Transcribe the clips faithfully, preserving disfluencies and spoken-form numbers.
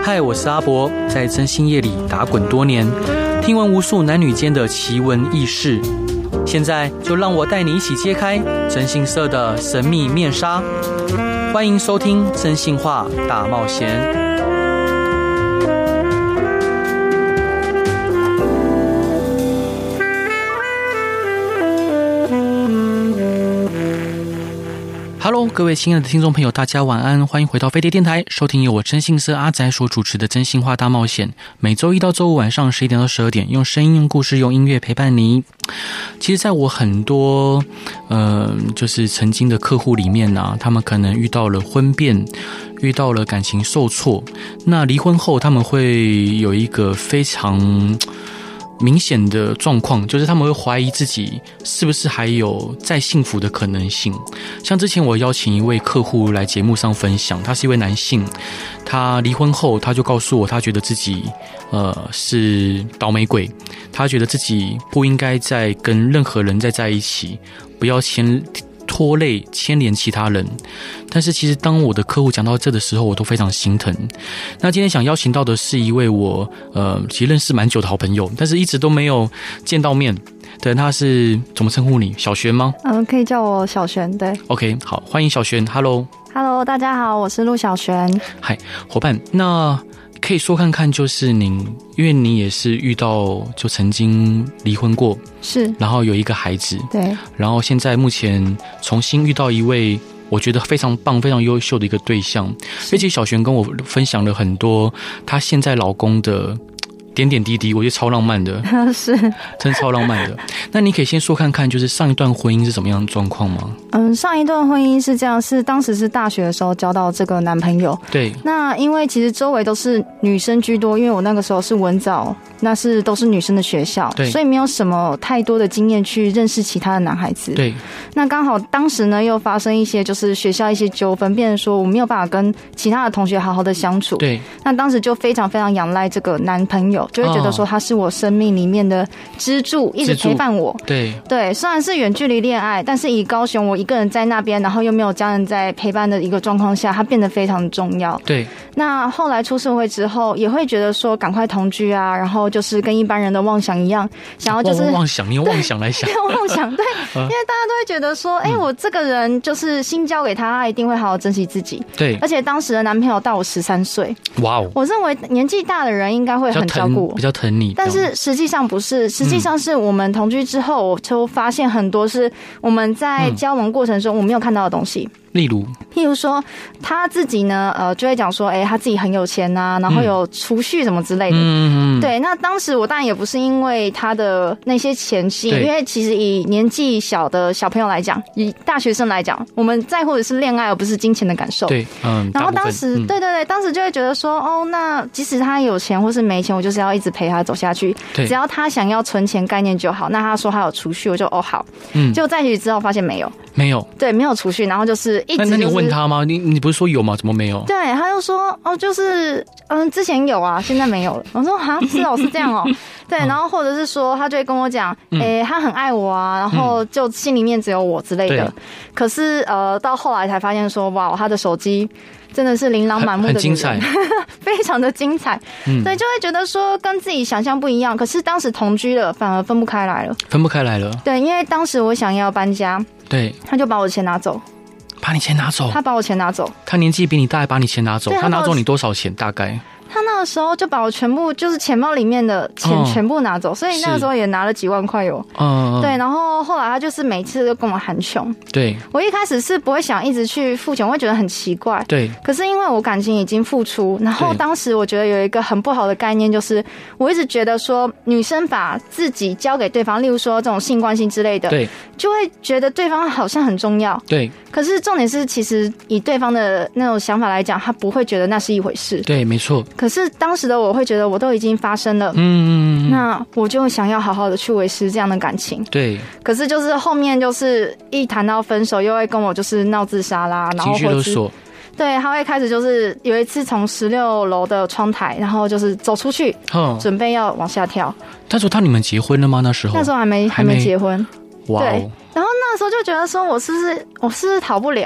嗨，我是阿伯，在征信业里打滚多年，听闻无数男女间的奇闻异事。现在就让我带你一起揭开征信社的神秘面纱。欢迎收听《征信话大冒险》。Hello， 各位亲爱的听众朋友，大家晚安，欢迎回到飞碟电台，收听由我征信社阿宅所主持的征信话大冒险。每周一到周五晚上十一点到十二点，用声音、用故事、用音乐陪伴你。其实在我很多呃，就是曾经的客户里面啊，他们可能遇到了婚变，遇到了感情受挫，那离婚后他们会有一个非常明显的状况，就是他们会怀疑自己是不是还有再幸福的可能性。像之前我邀请一位客户来节目上分享，他是一位男性，他离婚后他就告诉我，他觉得自己呃是倒霉鬼，他觉得自己不应该再跟任何人再在一起，不要牵拖累牵连其他人。但是其实当我的客户讲到这的时候，我都非常心疼。那今天想邀请到的是一位我呃其实认识蛮久的好朋友，但是一直都没有见到面。对，他是怎么称呼你？小璇吗？ 嗯，可以叫我小璇。对 ，OK， 好，欢迎小璇。Hello，Hello， Hello, 大家好，我是陆小璇。 嗨，伙伴，那可以说看看，就是您，因为你也是遇到就曾经离婚过， 是， 然后有一个孩子， 对， 然后现在目前重新遇到一位我觉得非常棒、非常优秀的一个对象。而且小璇跟我分享了很多她现在老公的点点滴滴，我觉得超浪漫的， 是， 真的超浪漫的。那你可以先说看看，就是上一段婚姻是什么样的状况吗？ 嗯，上一段婚姻是这样，是当时是大学的时候交到这个男朋友。 对。 那因为其实周围都是女生居多，因为我那个时候是文藻，那是都是女生的学校， 对， 所以没有什么太多的经验去认识其他的男孩子。 对。 那刚好当时呢又发生一些就是学校一些纠纷，变成说我没有办法跟其他的同学好好的相处。 对。 那当时就非常非常仰赖这个男朋友，就会觉得说他是我生命里面的支柱，一直陪伴我。 对对，虽然是远距离恋爱，但是以高雄我一个人在那边，然后又没有家人在陪伴的一个状况下，他变得非常重要。 对。 那后来出社会之后，也会觉得说赶快同居啊，然后就是跟一般人的妄想一样，想要就是妄想，你用妄想来想， 用妄想对，因为大家都会觉得说，哎、欸，我这个人就是心交给他，他一定会好好珍惜自己。 对， 而且当时的男朋友大我十三岁，哇哦，我认为年纪大的人应该会很照顾我， 比较疼你， 但是实际上不是，实际上是我们同居之后，我就发现很多是我们在交往过程中我没有看到的东西。 例如， 譬如说他自己呢，呃，就会讲说，哎、欸，他自己很有钱啊，然后有储蓄什么之类的。嗯，对。那当时我当然也不是因为他的那些钱吸引，因为其实以年纪小的小朋友来讲，以大学生来讲，我们在乎的是恋爱，而不是金钱的感受。 对，嗯。 然后当时，嗯、对对对，当时就会觉得说，哦，那即使他有钱或是没钱，我就是要一直陪他走下去。只要他想要存钱概念就好。那他说他有储蓄，我就哦好。嗯。结果在一起之后发现没有， 没有， 对，没有储蓄，然后就是一直、就是。 那你问他吗？你你不是说有吗？怎么没有？ 对，他就说哦，就是嗯，之前有啊，现在没有了。我说哈，是哦，是这样哦。对，然后或者是说，他就会跟我讲，哎、欸，他很爱我啊，然后就心里面只有我之类的。嗯、可是呃，到后来才发现说，哇，他的手机真的是琳琅满目的， 很精彩， 非常的精彩。嗯，对，就会觉得说跟自己想象不一样。可是当时同居了，反而分不开来了， 分不开来了。对， 因为当时我想要搬家，对，他就把我的钱拿走。 把你钱拿走？ 他把我钱拿走。 他年纪比你大，还把你钱拿走。他, 他拿走你多少钱？大概？ 他那个时候就把我全部就是钱包里面的钱全部拿走，哦、所以那个时候也拿了几万块哟。嗯，对。然后后来他就是每次都跟我喊穷。对。我一开始是不会想一直去付钱，我会觉得很奇怪。对。可是因为我感情已经付出，然后当时我觉得有一个很不好的概念，就是我一直觉得说女生把自己交给对方，例如说这种性关系之类的，对，就会觉得对方好像很重要。对。可是重点是，其实以对方的那种想法来讲，他不会觉得那是一回事。 对，没错。 可是当时的我会觉得，我都已经发生了，嗯，那我就想要好好的去维持这样的感情。对。可是就是后面就是一谈到分手，又会跟我就是闹自杀啦，然后情绪勒索。 对，他会开始就是有一次从十六楼的窗台，然后就是走出去，嗯，准备要往下跳。 他说他你们结婚了吗？那时候？ 那时候还没还没结婚。 哇、哦。 对。然后那时候就觉得说，我是不是我是不是逃不了了？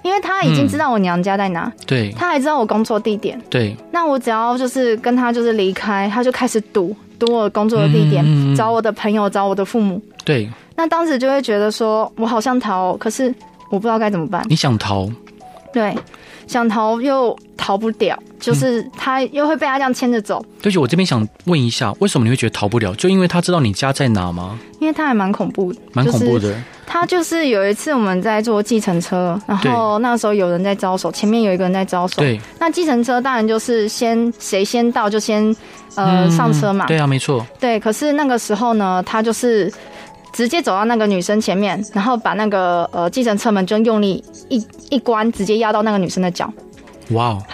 因为他已经知道我娘家在哪， 嗯、对， 他还知道我工作地点， 对。 那我只要就是跟他就是离开，他就开始堵堵我工作的地点，嗯嗯嗯找我的朋友，找我的父母。 对。 那当时就会觉得说，我好想逃，可是我不知道该怎么办。 你想逃？ 对，想逃又逃不了，就是他又会被他这样牵着走。 对不起，我这边想问一下，为什么你会觉得逃不了？就因为他知道你家在哪吗？ 因为他还蛮恐怖的， 蛮恐怖的。就是他就是有一次我们在坐计程车，然后那时候有人在招手，前面有一个人在招手。对，那计程车当然就是先谁先到就先呃、嗯、上车嘛。 对啊，没错。 对，可是那个时候呢，他就是直接走到那个女生前面，然后把那个呃计程车门就用力一一关，直接压到那个女生的脚。 哇、wow ！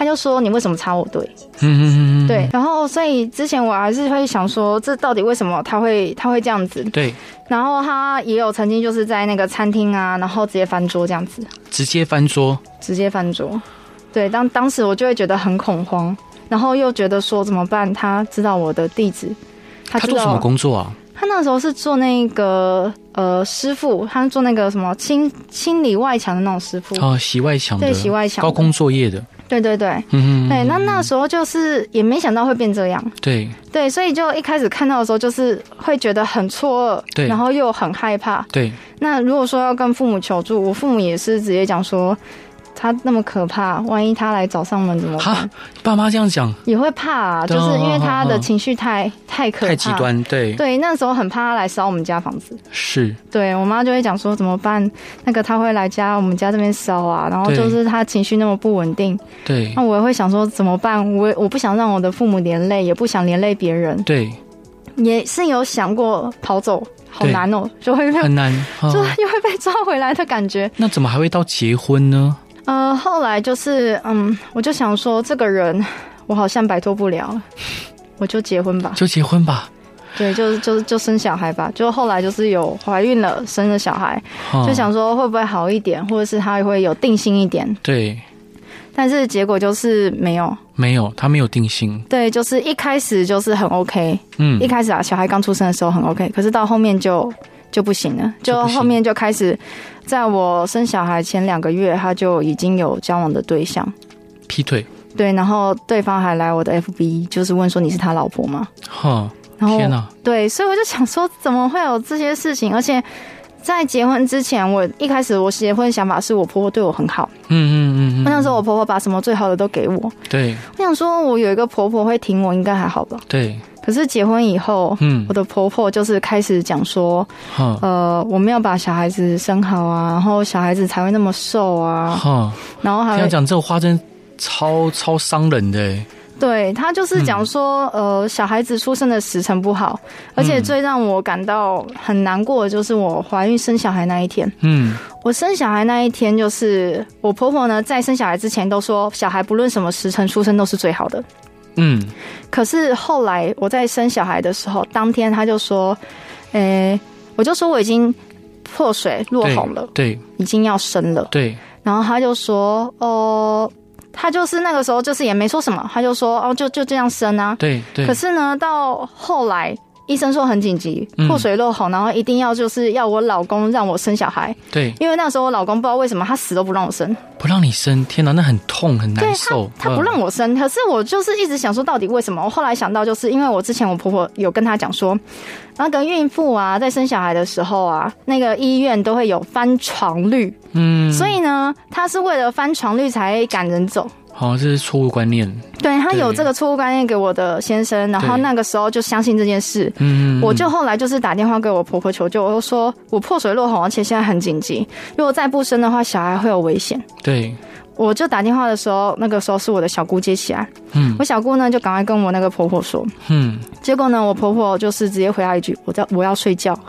他就说你为什么插我队？ 嗯嗯嗯嗯。 对，然后所以之前我还是会想说，这到底为什么他会他会这样子？ 对。 然后他也有曾经就是在那个餐厅啊，然后直接翻桌这样子。 直接翻桌。直接翻桌。对，当当时我就会觉得很恐慌，然后又觉得说怎么办？他知道我的地址， 他知道他做什么工作啊？ 他那时候是做那个呃师傅，他是做那个什么清清理外墙的那种师傅哦，洗外墙的， 对，洗外墙高空作业的， 对对对，嗯嗯，对，那那时候就是也没想到会变这样， 对对，所以就一开始看到的时候，就是会觉得很错愕， 对， 然后又很害怕， 对。 那如果说要跟父母求助，我父母也是直接讲说，他那么可怕，万一他来找上门怎么办？ 哈，爸妈这样讲也会怕啊，就是因为他的情绪太太可怕、 太极端，对对，那时候很怕他来烧我们家房子， 是， 对我妈就会讲说怎么办？那个他会来家我们家这边烧啊，然后就是他情绪那么不稳定， 对， 那我也会想说怎么办？我我不想让我的父母连累，也不想连累别人， 对， 也是有想过跑走。好难哦，就会被很难， 哦、就又会被抓回来的感觉。 那怎么还会到结婚呢？ 呃，后来就是嗯，我就想说，这个人我好像摆脱不了，我就结婚吧， 就结婚吧。 对，就就就生小孩吧。就后来就是有怀孕了，生了小孩，哦、就想说会不会好一点，或者是他会有定心一点。 对。 但是结果就是没有， 没有，他没有定性。 对，就是一开始就是很 OK， 嗯，一开始啊，小孩刚出生的时候很 OK， 可是到后面就就不行了，就后面就开始，在我生小孩前两个月，他就已经有交往的对象， 劈腿。 对，然后对方还来我的 F B， 就是问说你是他老婆吗？ 哈， 然后天哪！ 对，所以我就想说，怎么会有这些事情？而且在结婚之前，我一开始我结婚的想法是我婆婆对我很好，嗯嗯嗯，我想说我婆婆把什么最好的都给我， 对， 我想说我有一个婆婆会挺我，应该还好吧？ 对。 可是结婚以后，嗯，我的婆婆就是开始讲说，呃，我没有把小孩子生好啊，然后小孩子才会那么瘦啊，然后还要讲这种话，真超超伤人的。 对，他就是讲说，嗯、呃，小孩子出生的时辰不好，而且最让我感到很难过的就是我怀孕生小孩那一天。嗯，我生小孩那一天，就是我婆婆呢，在生小孩之前都说，小孩不论什么时辰出生都是最好的。嗯，可是后来我在生小孩的时候，当天他就说，诶、欸，我就说我已经破水落红了， 对，对已经要生了， 对， 然后他就说，哦。他就是那个时候就是也没说什么，他就说哦就就这样生啊， 对对。 可是呢，到后来医生说很紧急，破水漏红，然后一定要就是要我老公让我生小孩，对，因为那时候我老公不知道为什么他死都不让我生， 不让你生，天哪，那很痛很难受。 对，他他不让我生，可是我就是一直想说到底为什么？我后来想到就是因为我之前我婆婆有跟他讲说，那个孕妇啊在生小孩的时候啊，那个医院都会有翻床率，嗯，所以呢，他是为了翻床率才赶人走。 好，这是错误观念。 对，他有这个错误观念给我的先生，然后那个时候就相信这件事。嗯，我就后来就是打电话给我婆婆求救，我就说我破水落红，而且现在很紧急，如果再不生的话，小孩会有危险。对，我就打电话的时候，那个时候是我的小姑接起来。嗯，我小姑呢就赶快跟我那个婆婆说。嗯，结果呢，我婆婆就是直接回答一句：“我要我要睡觉。”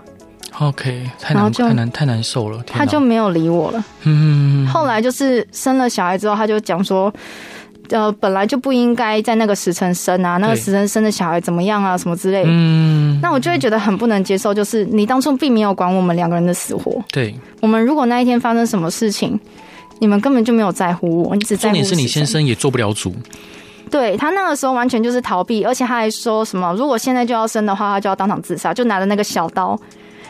OK， 太难太难太难受了， 他就没有理我了。嗯，后来就是生了小孩之后，他就讲说，呃，本来就不应该在那个时辰生啊，那个时辰生的小孩怎么样啊，什么之类的。嗯，那我就会觉得很不能接受，就是你当初并没有管我们两个人的死活。对，我们如果那一天发生什么事情，你们根本就没有在乎我，你只在乎。重点是你先生也做不了主。 对，他那个时候完全就是逃避，而且他还说什么，如果现在就要生的话，他就要当场自杀，就拿着那个小刀。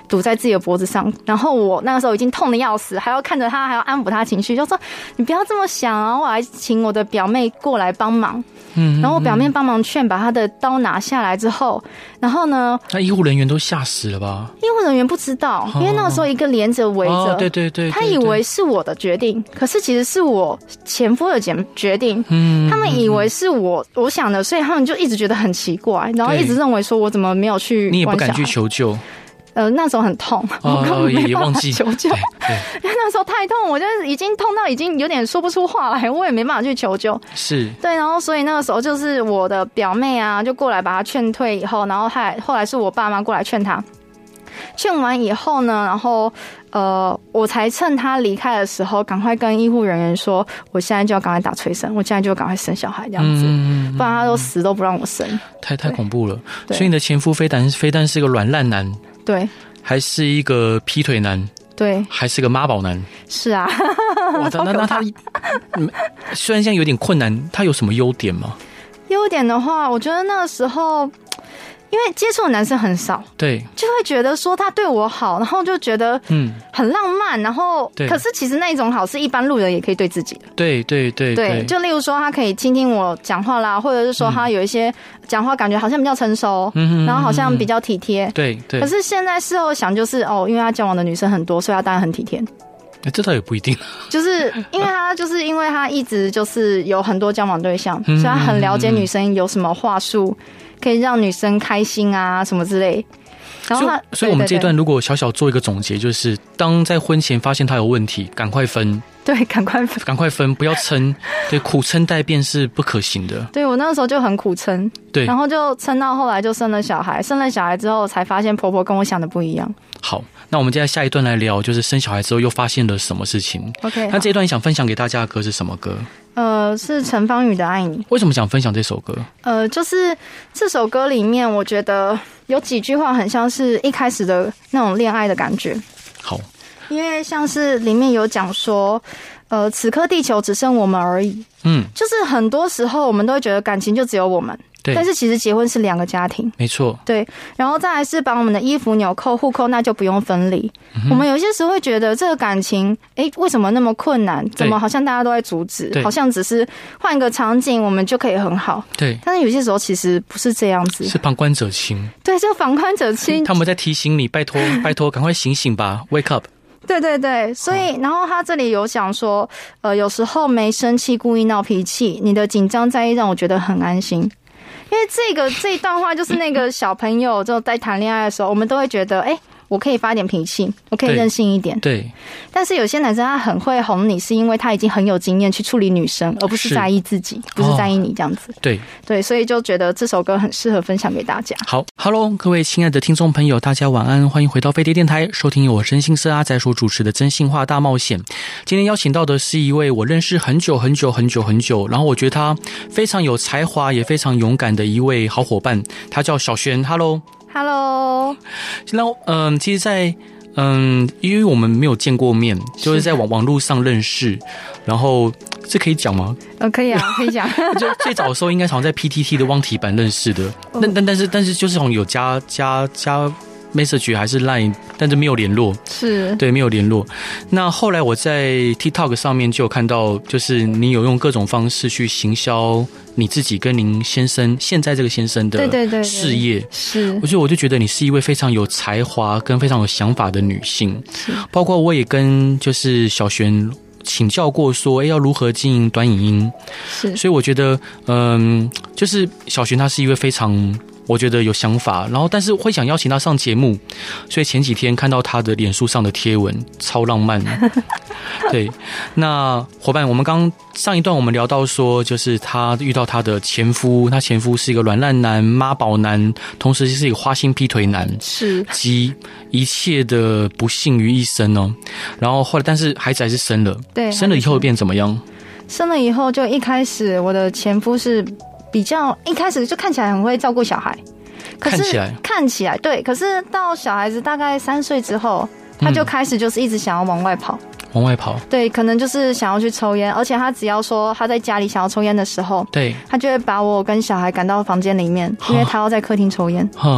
堵在自己的脖子上，然后我那个时候已经痛得要死，还要看着他，还要安撫他情绪，就说你不要这么想啊，我还请我的表妹过来帮忙。嗯，然后我表妹帮忙劝，把他的刀拿下来之后，然后呢， 那医护人员都吓死了吧？ 医护人员不知道，因为那个时候一个连着围着、哦， 对对 对, 对, 对， 他以为是我的决定，可是其实是我前夫的决定。嗯，他们以为是我我想的，所以他们就一直觉得很奇怪，然后一直认为说我怎么没有去， 你也不敢去求救。 呃，那时候很痛， 哦、 我根本没办法求救， 因为那时候太痛，我就已经痛到已经有点说不出话来，我也没办法去求救。 是， 对，然后所以那个时候就是我的表妹啊，就过来把他劝退以后，然后还后来是我爸妈过来劝他，劝完以后呢，然后呃，我才趁他离开的时候，赶快跟医护人员说，我现在就要赶快打催生，我现在就要赶快生小孩这样子，嗯、不然他都死都不让我生， 太太恐怖了。所以你的前夫非但非但是个软烂男。 对， 还是一个劈腿男， 对， 还是个妈宝男， 是啊。 哇，那那他虽然现在有点困难，他有什么优点吗？ 优点的话，我觉得那个时候，因为接触的男生很少， 对， 就会觉得说他对我好，然后就觉得嗯很浪漫，然后可是其实那一种好是一般路人也可以对自己的， 对对 对, 对, 对，就例如说他可以听听我讲话啦，或者是说他有一些讲话感觉好像比较成熟，嗯、然后好像比较体贴， 对对。 可是现在事后想就是哦，因为他交往的女生很多，所以他当然很体贴。 欸、这倒也不一定， 就是因为他就是因为他一直就是有很多交往对象，嗯、所以他很了解女生有什么话术可以让女生开心啊什么之类。然后他， 所以，所以我们这一段如果小小做一个总结，就是当在婚前发现他有问题，赶快分。 对，赶快分， 赶快分，不要撑。对，苦撑待变是不可行的。 对，我那个时候就很苦撑，对，然后就撑到后来就生了小孩，生了小孩之后才发现婆婆跟我想的不一样。 好，那我们接下来下一段来聊，就是生小孩之后又发现了什么事情。 OK， 那这一段你想分享给大家的歌是什么歌？ 呃，是陈芳语的《爱你》。 为什么想分享这首歌？ 呃，就是这首歌里面，我觉得有几句话很像是一开始的那种恋爱的感觉。 好， 因为像是里面有讲说，呃，此刻地球只剩我们而已。嗯，就是很多时候我们都会觉得感情就只有我们。对，但是其实结婚是两个家庭， 没错。 对，然后再来是把我们的衣服纽扣、户扣，那就不用分离。嗯、我们有些时候会觉得这个感情，哎，为什么那么困难？怎么好像大家都在阻止？好像只是换一个场景，我们就可以很好。对，但是有些时候其实不是这样子， 是旁观者清。 对，就旁观者清， 他们在提醒你，拜托，拜托，赶快醒醒吧 ，wake up。 对对对，所以然后他这里有讲说，呃，有时候没生气，故意闹脾气，你的紧张在意让我觉得很安心。因为这个这一段话就是那个小朋友就在谈恋爱的时候，我们都会觉得，哎、欸，我可以发点脾气，我可以任性一点。对。但是有些男生他很会哄你，是因为他已经很有经验去处理女生，而不是在意自己，不是在意你这样子。对对，所以就觉得这首歌很适合分享给大家。 好 ，Hello， 各位亲爱的听众朋友，大家晚安，欢迎回到飞碟电台，收听由我真心社阿仔所主持的真心话大冒险。今天邀请到的是一位我认识很久很久很久很久，然后我觉得他非常有才华，也非常勇敢的一位好伙伴，他叫小璇。Hello，Hello。然后，嗯，其实在，嗯，因为我们没有见过面，就是在网网络上认识，然后这可以讲吗？ 呃，可以啊，可以讲。 就最早的时候，应该好像在 P T T 的汪体版认识的，但但但是但是就是好像有加加加 message 还是 line， 但是没有联络，是对没有联络。那后来我在 TikTok 上面就有看到，就是你有用各种方式去行销你自己跟您先生现在这个先生的事业，是，我觉得我就觉得你是一位非常有才华跟非常有想法的女性，包括我也跟就是小璇请教过说，哎，要如何经营短影音，是，所以我觉得，嗯，就是小璇她是一位非常。我觉得有想法，然后但是会想邀请他上节目，所以前几天看到他的脸书上的贴文，超浪漫。对，那伙伴，我们刚上一段我们聊到说，就是他遇到他的前夫，他前夫是一个软烂男、妈宝男，同时是一个花心劈腿男，是集一切的不幸于一身哦。然后后来，但是孩子还是生了，对，生了以后变怎么样？ 生了以后，就一开始我的前夫是。比较一开始就看起来很会照顾小孩，可是看起来看起来对，可是到小孩子大概三岁之后，他就开始就是一直想要往外跑， 往外跑， 对，可能就是想要去抽烟，而且他只要说他在家里想要抽烟的时候，对，他就会把我跟小孩赶到房间里面，因为他要在客厅抽烟。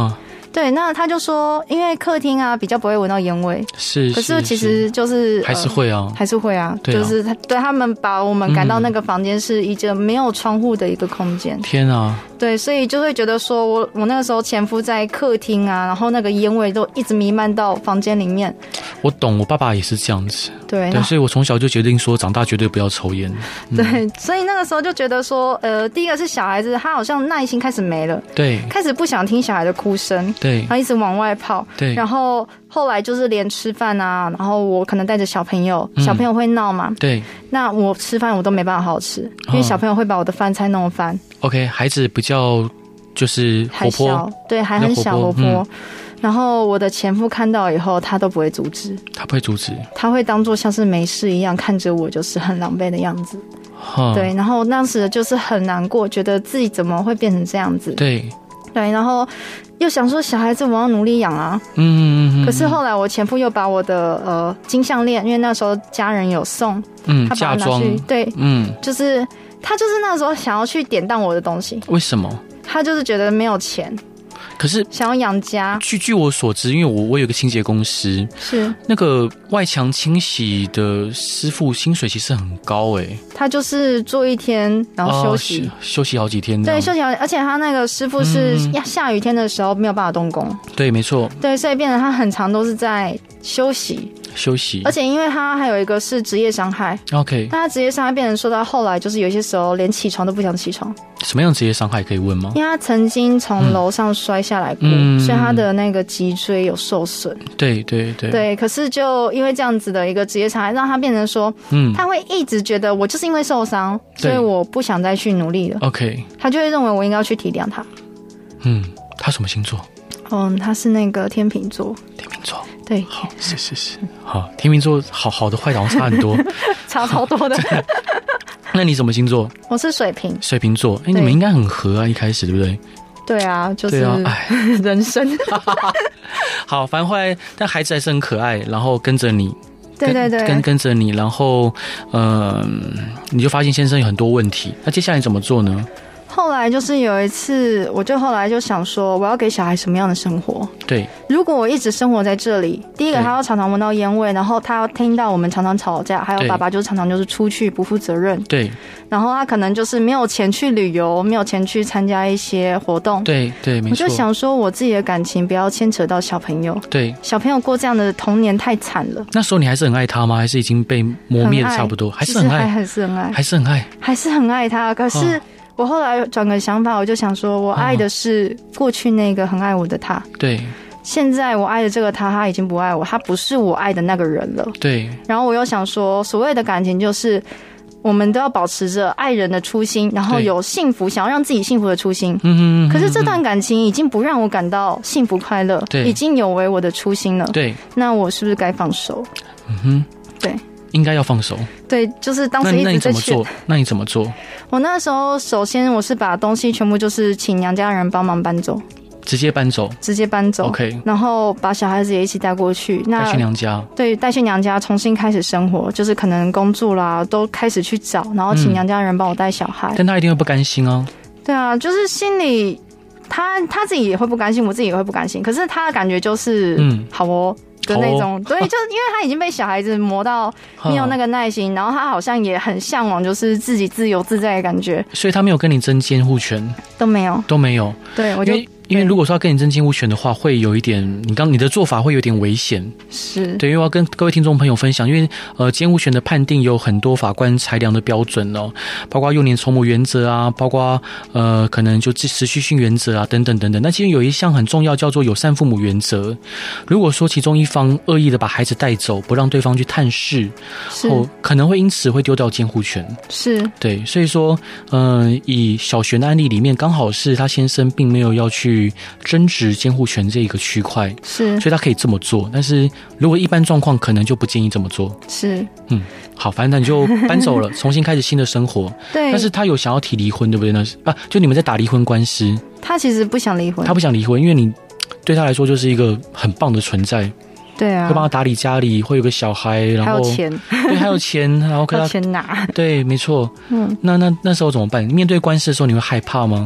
对，那他就说，因为客厅啊比较不会闻到烟味， 是， 可是其实就是还是会啊， 呃、还是会啊， 对啊， 就是他对他们把我们赶到那个房间是一个没有窗户的一个空间。 天啊！ 对，所以就会觉得说我我那个时候前夫在客厅啊，然后那个烟味都一直弥漫到房间里面。 我懂，我爸爸也是这样子。 对， 对，所以我从小就决定说，长大绝对不要抽烟。 嗯、对，所以那个时候就觉得说，呃，第一个是小孩子，他好像耐心开始没了， 对， 开始不想听小孩的哭声， 对， 然后一直往外跑， 对， 然后后来就是连吃饭啊，然后我可能带着小朋友，小朋友会闹嘛， 嗯、对， 那我吃饭我都没办法好好吃，因为小朋友会把我的饭菜弄翻。 OK， 孩子比较就是活泼， 对，还很小活泼。嗯，然后我的前夫看到以后，他都不会阻止， 他不会阻止， 他会当作像是没事一样看着我，就是很狼狈的样子。对，然后当时就是很难过，觉得自己怎么会变成这样子。 对对，然后又想说小孩子我要努力养啊。 嗯嗯嗯。 可是后来我前夫又把我的呃金项链，因为那时候家人有送， 嗯， 他把它拿去，对， 嗯， 就是他就是那时候想要去典当我的东西。 为什么？ 他就是觉得没有钱。 可是想要养家， 据据我所知，因为我我有个清洁公司， 是那个外墙清洗的师傅薪水其实很高哎、欸， 他就是做一天然后休息、 哦、休息好几天， 对，休息好，而且他那个师傅是下雨天的时候没有办法动工， 嗯、对，没错， 对，所以变成他很常都是在休息。 休息， 而且因为他还有一个是职业伤害 ，OK， 那他职业伤害变成说到后来，就是有些时候连起床都不想起床。 什么样的职业伤害可以问吗？ 因为他曾经从楼上摔下来过，嗯、所以他的那个脊椎有受损。 对对对， 对。可是就因为这样子的一个职业伤害，让他变成说，嗯，他会一直觉得我就是因为受伤，所以我不想再去努力了。 OK， 他就会认为我应该要去体谅他。 嗯，他什么星座？ 嗯，他是那个天秤座。 天秤座。 对， 好，是是是，好，天秤座好好的坏好像差很多， 差超多的。 那你什么星座？ 我是水瓶。 水瓶座，哎、欸，你们应该很合啊，一开始对不对？ 对啊，就是、啊、人生。 好，反正后来，但孩子还是很可爱，然后跟着你， 对对对， 跟跟着你，然后，呃，你就发现先生有很多问题，那接下来怎么做呢？ 后来就是有一次，我就后来就想说，我要给小孩什么样的生活？ 对， 如果我一直生活在这里，第一个他要常常闻到烟味，然后他要听到我们常常吵架，还有爸爸就常常就是出去不负责任， 对， 然后他可能就是没有钱去旅游，没有钱去参加一些活动， 对对，没错。 我就想说，我自己的感情不要牵扯到小朋友， 对， 小朋友过这样的童年太惨了。 那时候你还是很爱他吗？还是已经被磨灭的差不多？还是很爱， 还是很爱， 还是很爱， 还是很爱他。可是。哦，我后来转个想法，我就想说，我爱的是过去那个很爱我的他。对，现在我爱的这个他，他已经不爱我，他不是我爱的那个人了。对。然后我又想说，所谓的感情就是，我们都要保持着爱人的初心，然后有幸福，想要让自己幸福的初心。嗯哼。可是这段感情已经不让我感到幸福快乐，对，已经有违我的初心了。对。那我是不是该放手？嗯哼。对。应该要放手。对，就是当时一直在劝。那你怎么做？我那时候首先我是把东西全部就是请娘家人帮忙搬走，直接搬走，直接搬走。OK， 然后把小孩子也一起带过去，那带去娘家。对，带去娘家重新开始生活，就是可能工作啦，都开始去找，然后请娘家人帮我带小孩。嗯，但他一定会不甘心啊。对啊，就是心里他他自己也会不甘心，我自己也会不甘心。可是他的感觉就是，嗯，好哦。的那种，对，就因为他已经被小孩子磨到没有那个耐心，然后他好像也很向往，就是自己自由自在的感觉，所以他没有跟你争监护权，都没有，都没有。对，我就因为如果说要跟你争监护权的话，会有一点，你刚你的做法会有点危险。是对，因为我要跟各位听众朋友分享，因为呃监护权的判定有很多法官裁量的标准哦，包括幼年从母原则啊，包括呃可能就持续性原则啊等等等等。那其实有一项很重要叫做友善父母原则，如果说其中一方恶意的把孩子带走，不让对方去探视，后可能会因此会丢掉监护权。是对，所以说呃以小璇的案例里面，刚好是他先生并没有要去争执监护权这一个区块，是，所以他可以这么做。但是如果一般状况，可能就不建议这么做。是，嗯，好，反正你就搬走了，重新开始新的生活。对，但是他有想要提离婚，对不对？那是啊，就你们在打离婚官司。他其实不想离婚，他不想离婚，因为你对他来说就是一个很棒的存在。对啊，会帮他打理家里，会有个小孩，然后还有钱，对，还有钱，然后跟他钱拿。对，没错。嗯，那那那时候怎么办？面对官司的时候，你会害怕吗？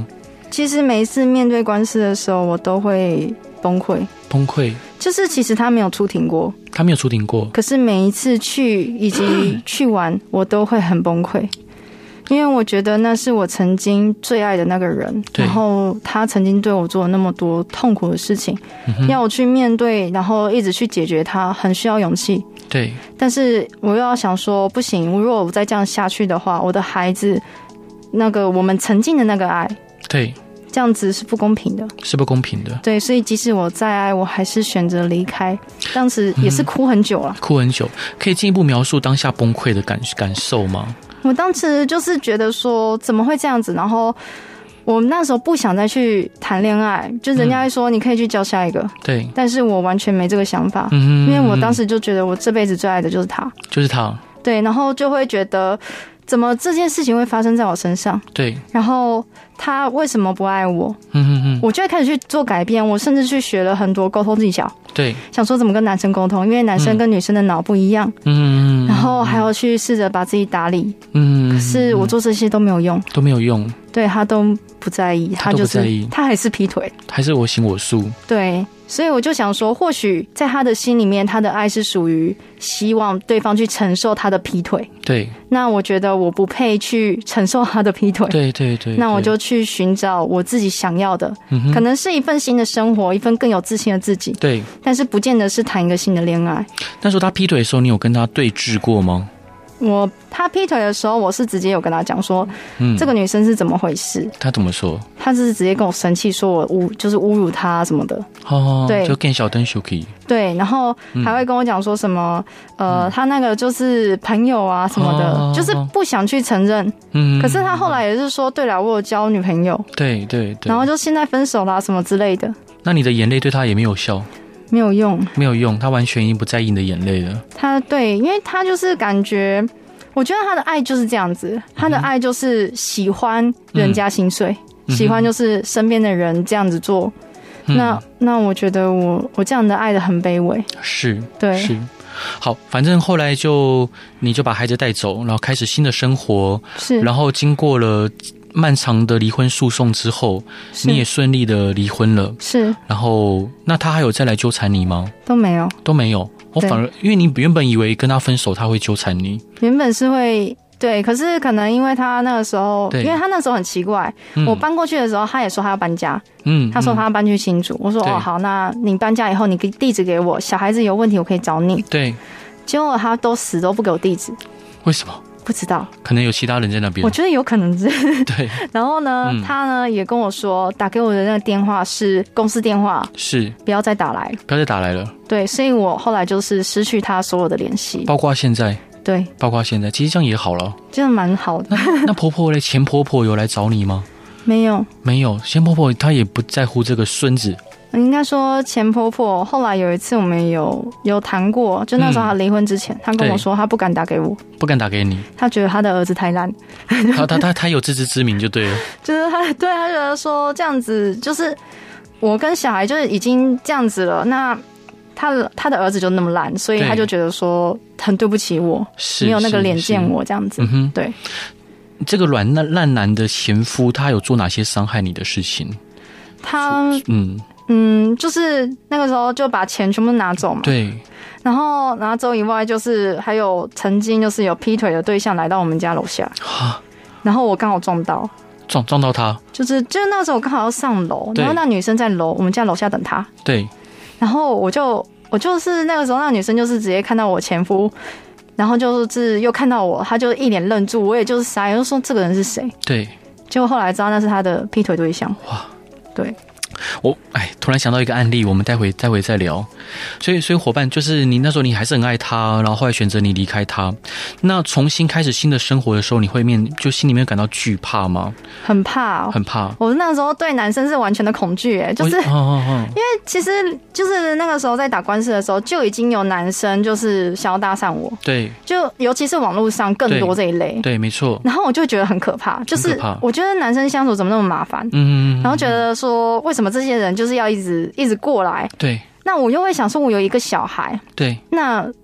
其实每一次面对官司的时候，我都会崩溃。 崩溃， 就是其实他没有出庭过， 他没有出庭过。 可是每一次去以及去玩，我都会很崩溃，因为我觉得那是我曾经最爱的那个人，然后他曾经对我做了那么多痛苦的事情，嗯、要我去面对，然后一直去解决它，很需要勇气。 对， 但是我又要想说，不行，如果我再这样下去的话，我的孩子，那个我们曾经的那个爱， 对。 这样子是不公平的， 是不公平的。 对，所以即使我再爱，我还是选择离开。当时也是哭很久了、嗯， 哭很久。可以进一步描述当下崩溃的感感受吗？ 我当时就是觉得说，怎么会这样子？然后我那时候不想再去谈恋爱，就人家会说你可以去交下一个，对、嗯，但是我完全没这个想法，嗯，因为我当时就觉得我这辈子最爱的就是他，就是他。对，然后就会觉得。怎么这件事情会发生在我身上？对，然后他为什么不爱我？嗯嗯嗯，我就会开始去做改变，我甚至去学了很多沟通技巧。对，想说怎么跟男生沟通，因为男生跟女生的脑不一样。嗯嗯，然后还要去试着把自己打理。嗯，可是我做这些都没有用，都没有用。对，他都不在意，他就是他还是劈腿，还是我行我素。对。所以我就想说，或许在他的心里面，他的爱是属于希望对方去承受他的劈腿。对。那我觉得我不配去承受他的劈腿。对对 对, 对。那我就去寻找我自己想要的、嗯，可能是一份新的生活，一份更有自信的自己。对。但是不见得是谈一个新的恋爱。那时候他劈腿的时候，你有跟他对峙过吗？我他劈腿的时候，我是直接有跟他讲说、嗯，这个女生是怎么回事？他怎么说？他就是直接跟我生气，说我侮就是侮辱他什么的。哦，对，就更小灯小 K。对，然后还会跟我讲说什么、嗯、呃，他那个就是朋友啊什么的，哦、就是不想去承认。嗯，可是他后来也是说，对了，我有交女朋友。对对对。然后就现在分手啦什么之类的。那你的眼泪对他也没有效？没有用，没有用，他完全已经不在意你的眼泪了。他对，因为他就是感觉，我觉得他的爱就是这样子，他的爱就是喜欢人家心碎，嗯、喜欢就是身边的人这样子做。嗯、那那我觉得我我这样的爱的很卑微。是，对，是。好，反正后来就你就把孩子带走，然后开始新的生活。是，然后经过了漫长的离婚诉讼之后，你也顺利的离婚了。是，然后那他还有再来纠缠你吗？都没有，都没有。我反而因为你原本以为跟他分手他会纠缠你，原本是会。对，可是可能因为他那个时候，因为他那时候很奇怪、嗯，我搬过去的时候，他也说他要搬家，嗯，他说他要搬去新竹，我说哦好，那你搬家以后，你地址给我，小孩子有问题我可以找你。对，结果他都死都不给我地址，为什么？不知道，可能有其他人在那边。我觉得有可能是。对。然后呢、嗯，他呢也跟我说，打给我的那个电话是公司电话，是不要再打来，不要再打来了。对，所以我后来就是失去他所有的联系，包括现在。对，包括现在，其实这样也好了，这样蛮好的。那, 那婆婆嘞，前婆婆有来找你吗？没有，没有。前婆婆她也不在乎这个孙子。应该说前婆婆后来有一次我们有有谈过，就那时候她离婚之前，她、嗯、跟我说她不敢打给我，不敢打给你，她觉得她的儿子太烂。她她她她有自知之明就对了，就是她对她觉得说这样子就是我跟小孩就是已经这样子了，那。他的他的儿子就那么烂，所以他就觉得说很对不起我，没有那个脸见我这样子。嗯、对，这个软烂烂男的前夫，他有做哪些伤害你的事情？他嗯嗯，就是那个时候就把钱全部拿走嘛。对。然后拿走以外，就是还有曾经就是有劈腿的对象来到我们家楼下，然后我刚好撞到。撞撞到他，就是就是那时候我刚好要上楼，然后那女生在楼我们家楼下等他。对。然后我就我就是那个时候，那女生就是直接看到我前夫，然后就是又看到我，她就一脸愣住，我也就是傻眼，就说这个人是谁？对，结果后来知道那是他的劈腿对象。哇，对。我哎，突然想到一个案例，我们待会待会再聊。所以，所以伙伴就是你那时候你还是很爱他，然后后来选择你离开他。那重新开始新的生活的时候，你会面就心里面感到惧怕吗？很怕、哦，很怕。我那时候对男生是完全的恐惧，哎，就是、哦哦哦、因为其实就是那个时候在打官司的时候，就已经有男生就是想要搭讪我，对，就尤其是网络上更多这一类，对，对没错。然后我就觉得很可怕，就是我觉得男生相处怎么那么麻烦，嗯，然后觉得说为什么这些人就是要一直一直过来，对。那我又会想说，我有一个小孩，对，那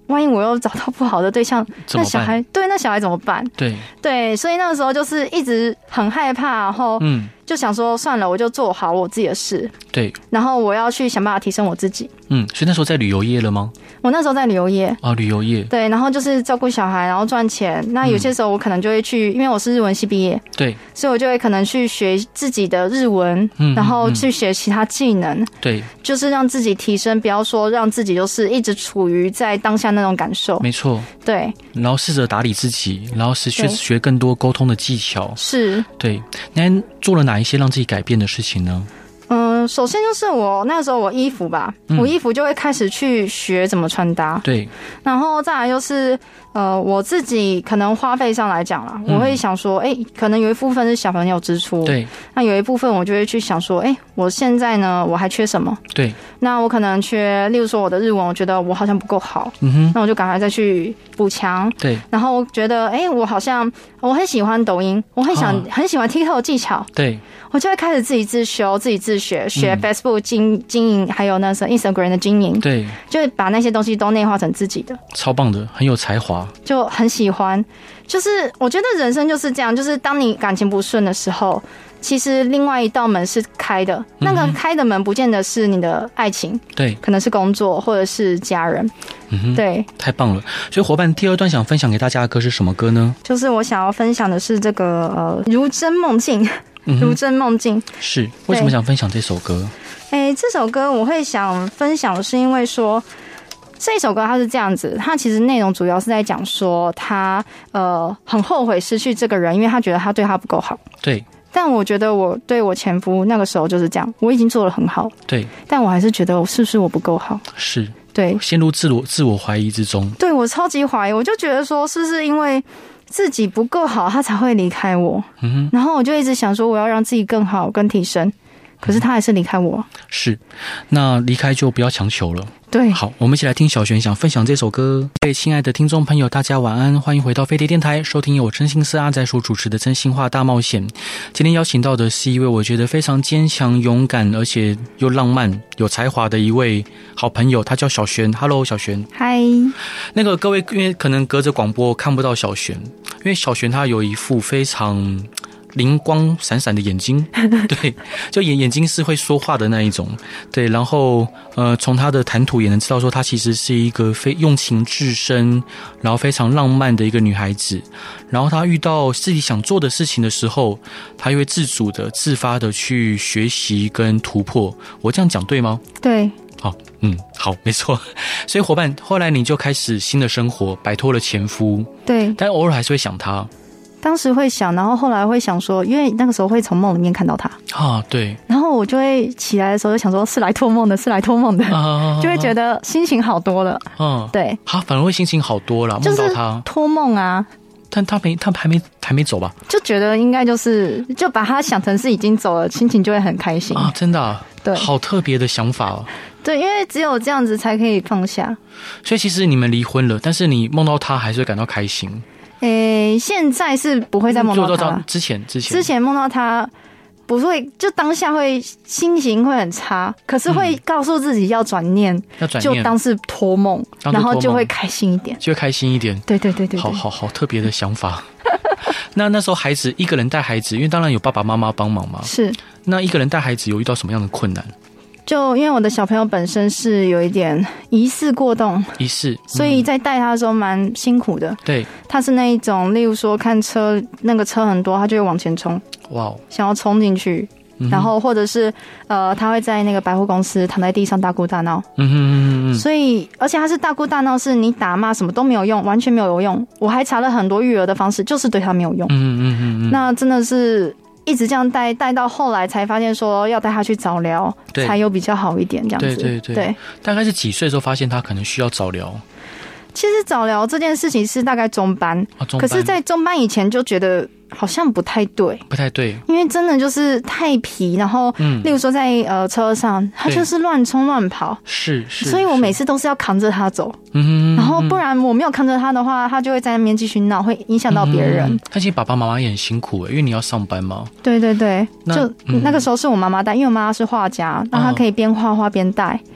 万一我又找到不好的对象，那小孩对那小孩怎么办？ 对对，所以那个时候就是一直很害怕，然后嗯。就想说算了，我就做好我自己的事。对，然后我要去想办法提升我自己。 嗯，所以那时候在旅游业了吗？ 我那时候在旅游业啊，旅游业。 对，然后就是照顾小孩，然后赚钱。那有些时候我可能就会去，因为我是日文系毕业，对，所以我就会可能去学自己的日文，嗯，然后去学其他技能。对，就是让自己提升，不要说让自己就是一直处于在当下那种感受。 没错。对，然后试着打理自己，然后是学学更多沟通的技巧。是。对，那做了哪一些让自己改变的事情呢？ 嗯，首先就是我那时候我衣服吧，嗯、我衣服就会开始去学怎么穿搭。对，然后再来就是呃，我自己可能花费上来讲啦，嗯、我会想说，哎、欸，可能有一部分是小朋友支出，对，那有一部分我就会去想说，哎、欸，我现在呢，我还缺什么？对，那我可能缺，例如说我的日文，我觉得我好像不够好，嗯哼，那我就赶快再去补强。对，然后我觉得，哎、欸，我好像我很喜欢抖音，我很想、啊、很喜欢 TikTok 的技巧，对。我就会开始自己自修、自己自学，学 Facebook 经经营，还有那时候 Instagram 的经营。对，就会把那些东西都内化成自己的。 超棒的，很有才华， 就很喜欢。就是我觉得人生就是这样，就是当你感情不顺的时候，其实另外一道门是开的，那个开的门不见得是你的爱情，对，可能是工作或者是家人。嗯哼，对， 太棒了。所以伙伴，第二段想分享给大家的歌是什么歌呢？ 就是我想要分享的是这个呃，如真梦境。如真梦境、嗯、 是为什么想分享这首歌？ 哎、欸，这首歌我会想分享是因为说这首歌它是这样子，它其实内容主要是在讲说他呃很后悔失去这个人，因为他觉得他对他不够好。对，但我觉得我对我前夫那个时候就是这样，我已经做得很好，对，但我还是觉得是不是我不够好？是，对， 陷入自我自我怀疑之中。 对，我超级怀疑，我就觉得说是不是因为自己不够好，他才会离开我。嗯，然后我就一直想说，我要让自己更好、更提升。可是他还是离开我。是， 那离开就不要强求了。 对， 好，我们一起来听小璇想分享这首歌。各位亲爱的听众朋友，大家晚安，欢迎回到飞碟电台，收听由我真心是阿仔所主持的真心话大冒险。今天邀请到的是一位我觉得非常坚强、勇敢，而且又浪漫、有才华的一位好朋友，他叫小璇。Hello， 小璇。 嗨。 那个各位，因为可能隔着广播看不到小璇，因为小璇他有一副非常灵光闪闪的眼睛，对，就眼眼睛是会说话的那一种，对，然后呃，从他的谈吐也能知道说，她其实是一个非用情至深，然后非常浪漫的一个女孩子。然后她遇到自己想做的事情的时候，她又会自主的、自发的去学习跟突破。我这样讲对吗？ 对。 好，嗯，好，没错。所以伙伴，后来你就开始新的生活，摆脱了前夫， 对， 但偶尔还是会想他。 当时会想，然后后来会想说，因为那个时候会从梦里面看到他啊，对， 然后我就会起来的时候就想说，是来托梦的，是来托梦的，啊、就会觉得心情好多了。嗯，对， 他反而会心情好多了，梦到他托梦啊， 但他没，他还没还没走吧？ 就觉得应该就是就把他想成是已经走了，心情就会很开心啊！真的、啊，对，好特别的想法哦。 对，因为只有这样子才可以放下。 所以其实你们离婚了，但是你梦到他还是会感到开心。 诶、欸，现在是不会再梦到他了。 之前之前之前梦到他，不会就当下会心情会很差，可是会告诉自己要转念，要转念，就当是托梦，然后就会开心一点， 就会开心一点。 对对对 对, 对， 好好好特别的想法。那那时候孩子一个人带孩子，因为当然有爸爸妈妈帮忙嘛。是。那一个人带孩子有遇到什么样的困难？ 就因为我的小朋友本身是有一点疑似过动，疑似、嗯，所以在带他的时候蛮辛苦的。对，他是那一种，例如说看车那个车很多，他就会往前冲，哇，想要冲进去，嗯、然后或者是呃，他会在那个百货公司躺在地上大哭大闹。嗯哼嗯嗯。所以，而且他是大哭大闹，是你打骂什么都没有用，完全没有用。我还查了很多育儿的方式，就是对他没有用。嗯嗯嗯嗯。那真的是。一直这样带带到后来才发现说要带他去早疗才有比较好一点这样子。 对对 对, 对，大概是几岁的时候发现他可能需要早疗？ 其实早疗这件事情是大概中班，哦、中班可是在中班以前就觉得好像不太对， 不太对， 因为真的就是太皮，然后，嗯、例如说在呃车上，他就是乱冲乱跑，是是，所以我每次都是要扛着他走，嗯，然后不然我没有扛着他的话，他就会在那边继续闹，会影响到别人。嗯、 但其实爸爸妈妈也很辛苦，因为你要上班嘛。 对对对，那就、嗯、那个时候是我妈妈带，因为我妈妈是画家，让她可以边画画边带。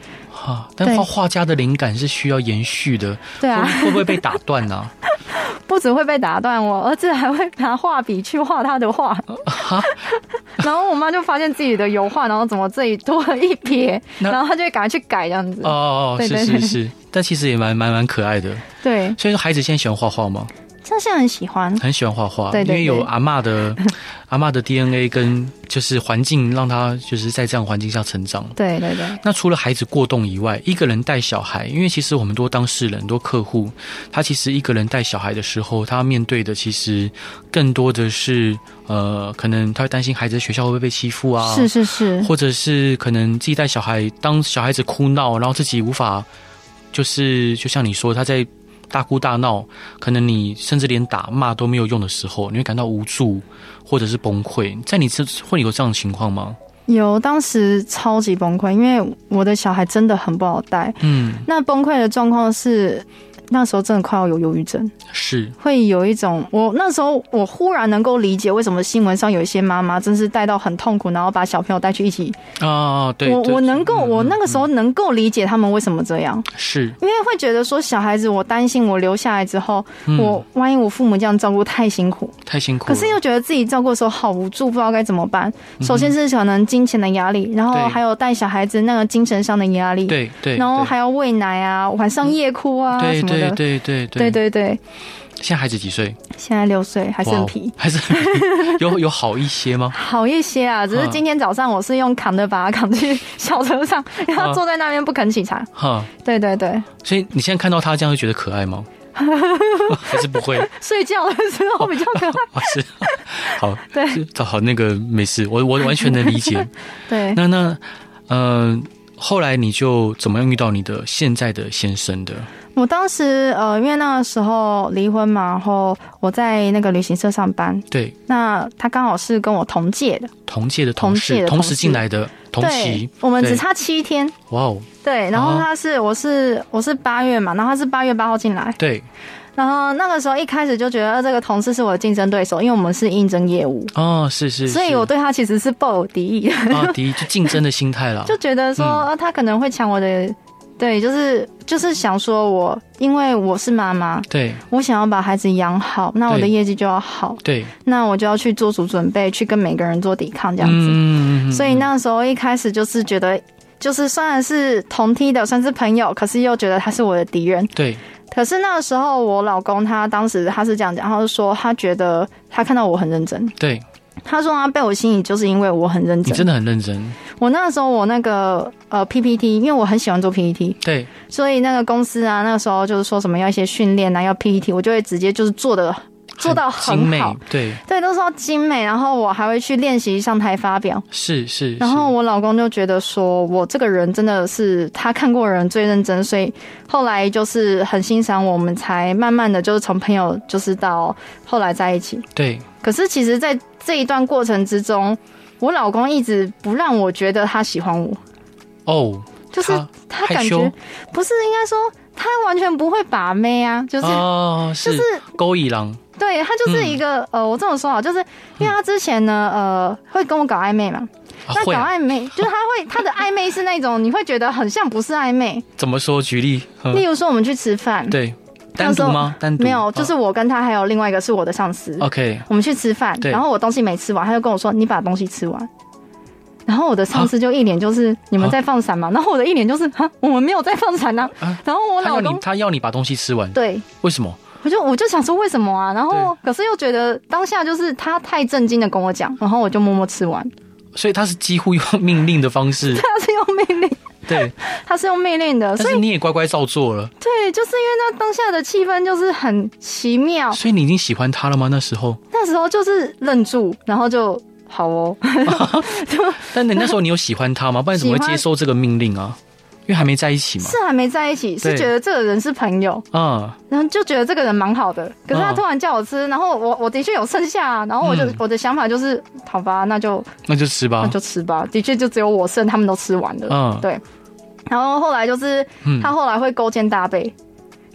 啊，但画画家的灵感是需要延续的， 对啊， 会不会被打断呢、啊？ 不只会被打断，我儿子还会拿画笔去画他的画，啊、然后我妈就发现自己的油画，然后怎么这里多了一撇，然后他就会赶快去改这样子。 哦哦，对对对是是是，但其实也蛮蛮蛮可爱的。 对， 所以说孩子现在喜欢画画吗？ 像现在很喜欢， 很喜欢画画， 对对对， 因为有阿嬷的阿嬷的 D N A 跟就是环境，让他就是在这样环境下成长。 对对对。 那除了孩子过动以外，一个人带小孩，因为其实我们多当事人、多客户，他其实一个人带小孩的时候，他面对的其实更多的是呃，可能他会担心孩子在学校会不会被欺负啊， 是是是， 或者是可能自己带小孩，当小孩子哭闹，然后自己无法，就是就像你说他在大哭大闹，可能你甚至连打骂都没有用的时候，你会感到无助或者是崩溃。在你这会有这样的情况吗？ 有，当时超级崩溃，因为我的小孩真的很不好带。嗯，那崩溃的状况是那时候真的快要有忧郁症， 是会有一种，我那时候我忽然能够理解为什么新闻上有一些妈妈真是带到很痛苦，然后把小朋友带去一起啊，对， 我我能够、嗯，我那个时候能够理解他们为什么这样， 是因为会觉得说小孩子，我担心我留下来之后，嗯、我万一我父母这样照顾太辛苦， 太辛苦， 可是又觉得自己照顾的时候好无助，不知道该怎么办。首先是可能金钱的压力，然后还有带小孩子那个精神上的压力， 对对， 然后还要喂奶啊，晚上夜哭啊什么的。 对对对对对对， 现在孩子几岁？ 现在六岁，还是很皮， 还是很皮。有有好一些吗？ 好一些啊，只是今天早上我是用扛的把他扛去小车上，然后坐在那边不肯起床。哈，对对对。 所以你现在看到他这样，会觉得可爱吗？还是不会？ 睡觉的时候比较可爱。 是，好， 对， 好，那个没事，我我完全能理解。 对， 那那呃，后来你就怎么样遇到你的现在的先生的？ 我当时呃，因为那个时候离婚嘛，然后我在那个旅行社上班。 对。 那他刚好是跟我同届的， 同届的同事，同时进来的，同期。 我们只差七天。 哇哦。 对，然后他是、啊、我是我是八月嘛，然后他是八月八号进来。 对。 然后那个时候一开始就觉得这个同事是我的竞争对手，因为我们是应征业务。 哦，是 是, 是。 所以我对他其实是抱有敌意。 啊，敌意就竞争的心态了。 就觉得说、嗯、他可能会抢我的。对，就是就是想说我，因为我是妈妈， 对， 我想要把孩子养好，那我的业绩就要好， 对， 那我就要去做足准备，去跟每个人做抵抗这样子。嗯，所以那时候一开始就是觉得，就是虽然是同梯的，算是朋友，可是又觉得他是我的敌人。 对。 可是那个时候我老公他当时他是这样讲，他就说他觉得他看到我很认真。 对。 他说他被我吸引，就是因为我很认真。 你真的很认真。 我那个时候我那个呃 P P T， 因为我很喜欢做 P P T， 对， 所以那个公司啊，那个时候就是说什么要一些训练啊，要 P P T， 我就会直接就是做的做到很好， 精美，对对，都说精美。然后我还会去练习上台发表， 是是。 然后我老公就觉得说我这个人真的是他看过的人最认真，所以后来就是很欣赏我，我们才慢慢的就是从朋友就是到后来在一起。 对。 可是其实，在这一段过程之中，我老公一直不让我觉得他喜欢我。 哦， 就是他感觉不是，应该说他完全不会把妹啊，就是、哦、是就是勾引狼。 对，他就是一个、嗯、呃，我这么说好，就是因为他之前呢，呃，会跟我搞暧昧嘛。 啊、 那搞暧昧、啊、就是他会他的暧昧是那种你会觉得很像不是暧昧。 怎么说？举例。 例如说，我们去吃饭。 对。单独吗？单独没有，就是我跟他还有另外一个是我的上司。 OK， 我们去吃饭，然后我东西没吃完，他就跟我说：“你把东西吃完。”然后我的上司就一脸就是你们在放闪嘛，然后我的一脸就是哈，我们没有在放闪啊。然后我老公他要你他要你把东西吃完， 对， 为什么？ 我就我就想说为什么啊？然后可是又觉得当下就是他太震惊的跟我讲，然后我就默默吃完。 所以他是几乎用命令的方式， 他是用命令。 对， 他是用命令的， 但是你也乖乖照做了。 对，就是因为那当下的气氛就是很奇妙。 所以你已经喜欢他了吗？那时候？ 那时候就是愣住，然后就好哦。啊、 但你那时候你有喜欢他吗？不然怎么会接受这个命令啊？因为还没在一起嘛。 是还没在一起，是觉得这个人是朋友，嗯，然后就觉得这个人蛮好的。可是他突然叫我吃，然后我我的确有剩下，然后我就、嗯、我的想法就是，好吧，那就那就吃吧， 那就吃吧。的确就只有我剩，他们都吃完了，嗯，对。然后后来就是他后来会勾肩搭背，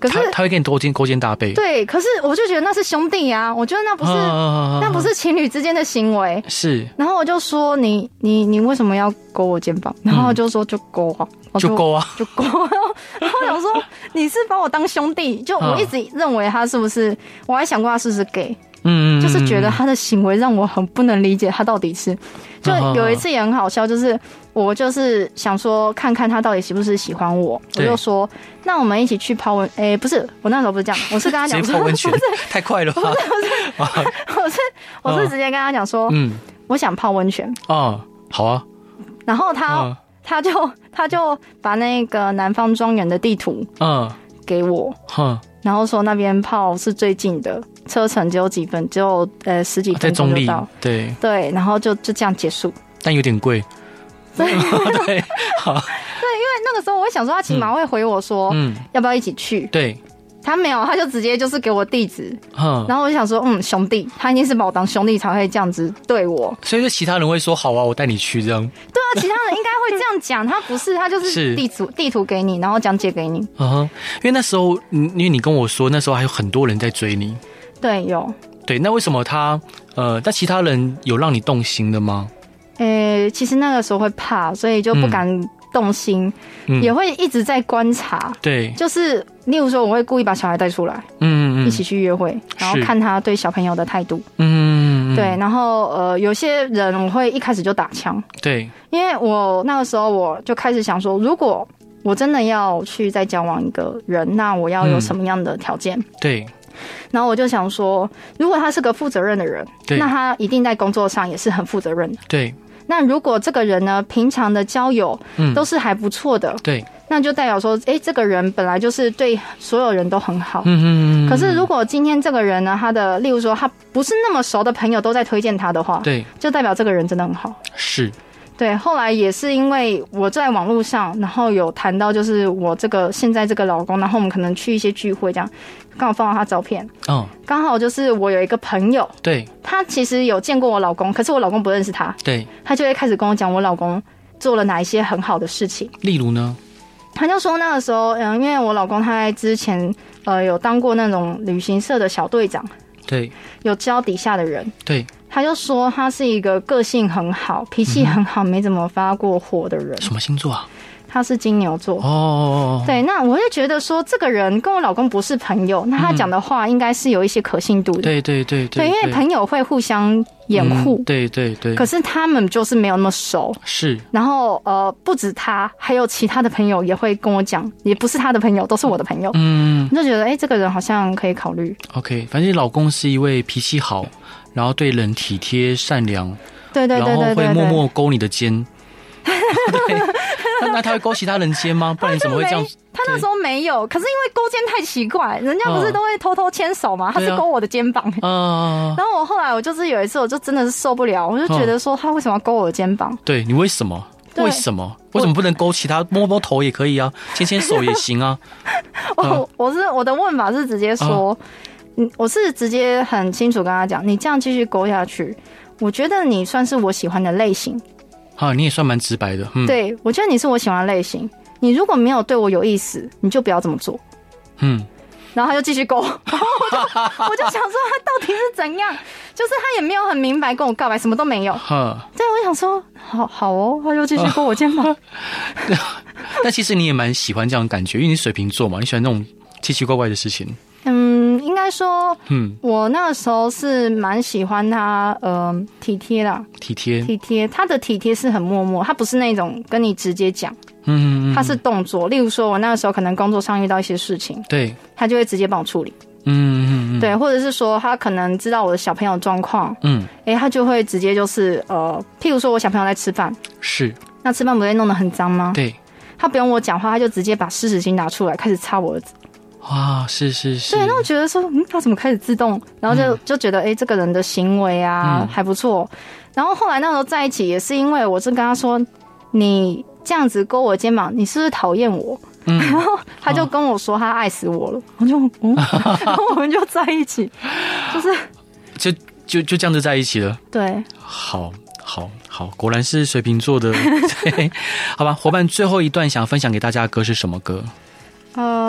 可是他, 他会跟你勾肩勾肩搭背， 对，可是我就觉得那是兄弟啊，我觉得那不是、啊、那不是情侣之间的行为， 是。 然后我就说你你你为什么要勾我肩膀？然后他就说就勾啊， 嗯、就勾啊， 就勾。然后我想说你是把我当兄弟，就我一直认为他是不是，我还想过他是不是 gay。嗯，就是觉得他的行为让我很不能理解，他到底是，就有一次也很好笑，就是我就是想说看看他到底是不是喜欢我，我就说那我们一起去泡温，哎、欸，不是，我那时候不是这样，我是跟他讲说， 泡温泉太快了吧， 不是，不是，我是我是直接跟他讲说，嗯，我想泡温泉， 哦，好啊， 然后他、哦、他就他就把那个南方庄园的地图，嗯，给我，嗯。然后说那边泡是最近的，车程只有几分，只有呃十几分钟就到。 对对，然后就就这样结束。 但有点贵。 对对，好。 对，因为那个时候我会想说，他起码会回我说，嗯，要不要一起去？ 对。 他没有，他就直接就是给我地址，嗯，然后我就想说，嗯，兄弟，他一定是把我当兄弟才会这样子对我。 所以，其他人会说好啊，我带你去这样。 对啊，其他人应该会这样讲，他不是，他就是地图地图给你，然后讲解给你。 嗯哼，因为那时候，因为你跟我说那时候还有很多人在追你。 对，有。 对，那为什么他呃，但其他人有让你动心的吗？ 呃，其实那个时候会怕，所以就不敢、嗯。动心、嗯、也会一直在观察，对，就是例如说我会故意把小孩带出来，嗯嗯，一起去约会，然后看他对小朋友的态度，嗯，对，然后呃有些人我会一开始就打枪，对，因为我那个时候我就开始想说，如果我真的要去再交往一个人，那我要有什么样的条件、嗯？对。然后我就想说，如果他是个负责任的人，那他一定在工作上也是很负责任的，对。那如果这个人呢，平常的交友都是还不错的，对、嗯，那就代表说，哎，这个人本来就是对所有人都很好。嗯嗯。可是如果今天这个人呢，他的例如说他不是那么熟的朋友都在推荐他的话，对，就代表这个人真的很好。是。对，后来也是因为我在网络上，然后有谈到就是我这个现在这个老公，然后我们可能去一些聚会这样，刚好放到他照片，哦，刚好就是我有一个朋友，对，他其实有见过我老公，可是我老公不认识他，对，他就会开始跟我讲我老公做了哪一些很好的事情，例如呢，他就说那个时候，嗯，因为我老公他在之前呃有当过那种旅行社的小队长，对，有教底下的人，对。他就说他是一个个性很好、脾气很好、嗯、没怎么发过火的人。什么星座啊？他是金牛座。哦，对，那我就觉得说，这个人跟我老公不是朋友，那他讲的话应该是有一些可信度的。对对对 对, 对，因为朋友会互相掩护、嗯。对对对。可是他们就是没有那么熟。是。然后呃，不止他，还有其他的朋友也会跟我讲，也不是他的朋友，都是我的朋友。嗯。你就觉得，哎、欸，这个人好像可以考虑。OK， 反正老公是一位脾气好。然后对人体贴善良，对对对对对，然后会默默勾你的肩。对，那那他会勾其他人肩吗？不然你怎么会这样？他那时候没有，可是因为勾肩太奇怪，人家不是都会偷偷牵手吗？他是勾我的肩膀。嗯、啊。然后我后来我就是有一次，我就真的是受不了，我就觉得说他为什么要勾我的肩膀？对你为什么？为什么？为什么不能勾其他？摸摸头也可以啊，牵牵手也行啊。我我是我的问法是直接说。啊嗯，我是直接很清楚跟他讲，你这样继续勾下去，我觉得你算是我喜欢的类型。啊，你也算蛮直白的。嗯，对，我觉得你是我喜欢的类型。你如果没有对我有意思，你就不要这么做。嗯，然后他就继续勾，然后我就我就想说他到底是怎样，就是他也没有很明白跟我告白，什么都没有。对，我想说好好哦，他就继续勾我肩膀。但其实你也蛮喜欢这样的感觉，因为你是水瓶座嘛，你喜欢那种奇奇怪怪的事情。嗯，应该说，嗯，我那个时候是蛮喜欢他，呃，体贴啦，体贴，体贴。他的体贴是很默默，他不是那种跟你直接讲，嗯，他是动作。例如说，我那个时候可能工作上遇到一些事情，对，他就会直接帮我处理，嗯嗯，对，或者是说他可能知道我的小朋友状况，嗯，哎、欸，他就会直接就是呃，譬如说我小朋友在吃饭，是，那吃饭不会弄得很脏吗？对，他不用我讲话，他就直接把湿纸巾拿出来开始擦我儿子。哇，是是是，对，然后觉得说，嗯，他怎么开始自动，然后就、嗯、就觉得，哎、欸，这个人的行为啊、嗯、还不错。然后后来那时候在一起，也是因为我是跟他说，你这样子勾我肩膀，你是不是讨厌我？嗯、然后他就跟我说，他爱死我了。哦、我就，嗯，然后我们就在一起，就是就就就这样子在一起了。对，好。好好，果然是水瓶座的。好吧，伙伴，最后一段想分享给大家的歌是什么歌？呃，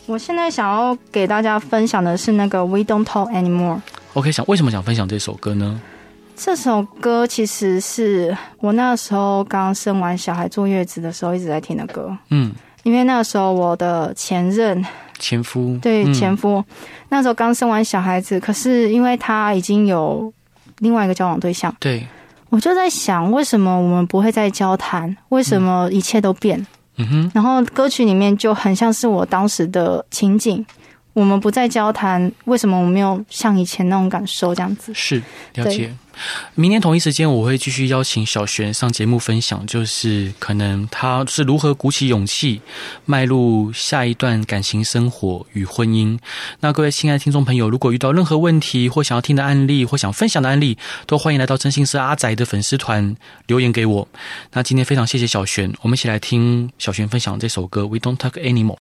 我现在想要给大家分享的是那个 We Don't Talk Anymore。 OK， 想为什么想分享这首歌呢？ 这首歌其实是我那时候刚生完小孩坐月子的时候一直在听的歌。嗯，因为那时候我的前任前夫对、嗯、前夫那时候刚生完小孩子，可是因为他已经有另外一个交往对象， 对， 我就在想为什么我们不会再交谈，为什么一切都变。嗯哼，然后歌曲里面就很像是我当时的情景，我们不再交谈，为什么我没有像以前那种感受这样子？ 是，了解。明年同一时间我会继续邀请小璇上节目分享，就是可能他是如何鼓起勇气迈入下一段感情生活与婚姻。那各位亲爱的听众朋友，如果遇到任何问题或想要听的案例或想分享的案例，都欢迎来到真心是阿宅的粉丝团留言给我。那今天非常谢谢小璇，我们一起来听小璇分享这首歌 We Don't Talk Anymore。